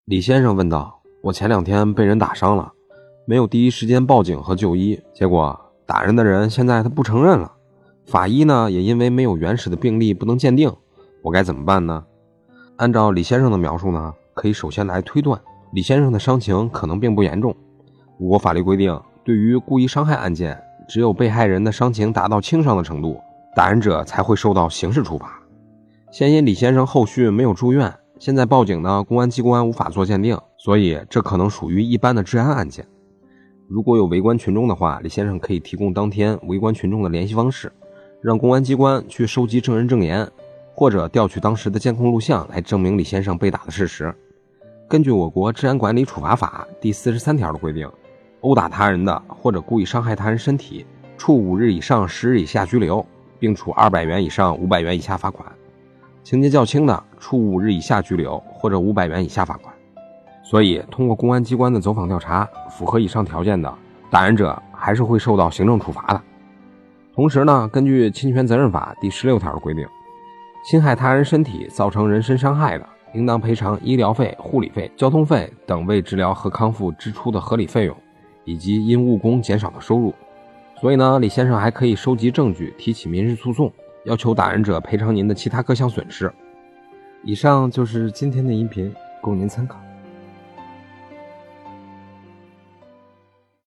李先生问道：我前2天被人打伤了，没有第一时间报警和就医，结果打人的人现在他不承认了，法医呢也因为没有原始的病例不能鉴定，我该怎么办呢？按照李先生的描述呢，可以首先来推断李先生的伤情可能并不严重。我国法律规定，对于故意伤害案件，只有被害人的伤情达到轻伤的程度，打人者才会受到刑事处罚。现因李先生后续没有住院，现在报警呢，公安机关无法做鉴定，所以这可能属于一般的治安案件。如果有围观群众的话，李先生可以提供当天围观群众的联系方式，让公安机关去收集证人证言，或者调取当时的监控录像来证明李先生被打的事实。根据我国治安管理处罚法第43条的规定，殴打他人的或者故意伤害他人身体，处5日以上10日以下拘留，并处200元以上500元以下罚款。情节较轻的，处5日以下拘留或者500元以下罚款。所以通过公安机关的走访调查，符合以上条件的打人者还是会受到行政处罚的。同时呢，根据侵权责任法第16条的规定，侵害他人身体造成人身伤害的，应当赔偿医疗费、护理费、交通费等为治疗和康复支出的合理费用，以及因误工减少的收入。所以呢，李先生还可以收集证据，提起民事诉讼，要求打人者赔偿您的其他各项损失。以上就是今天的音频，供您参考。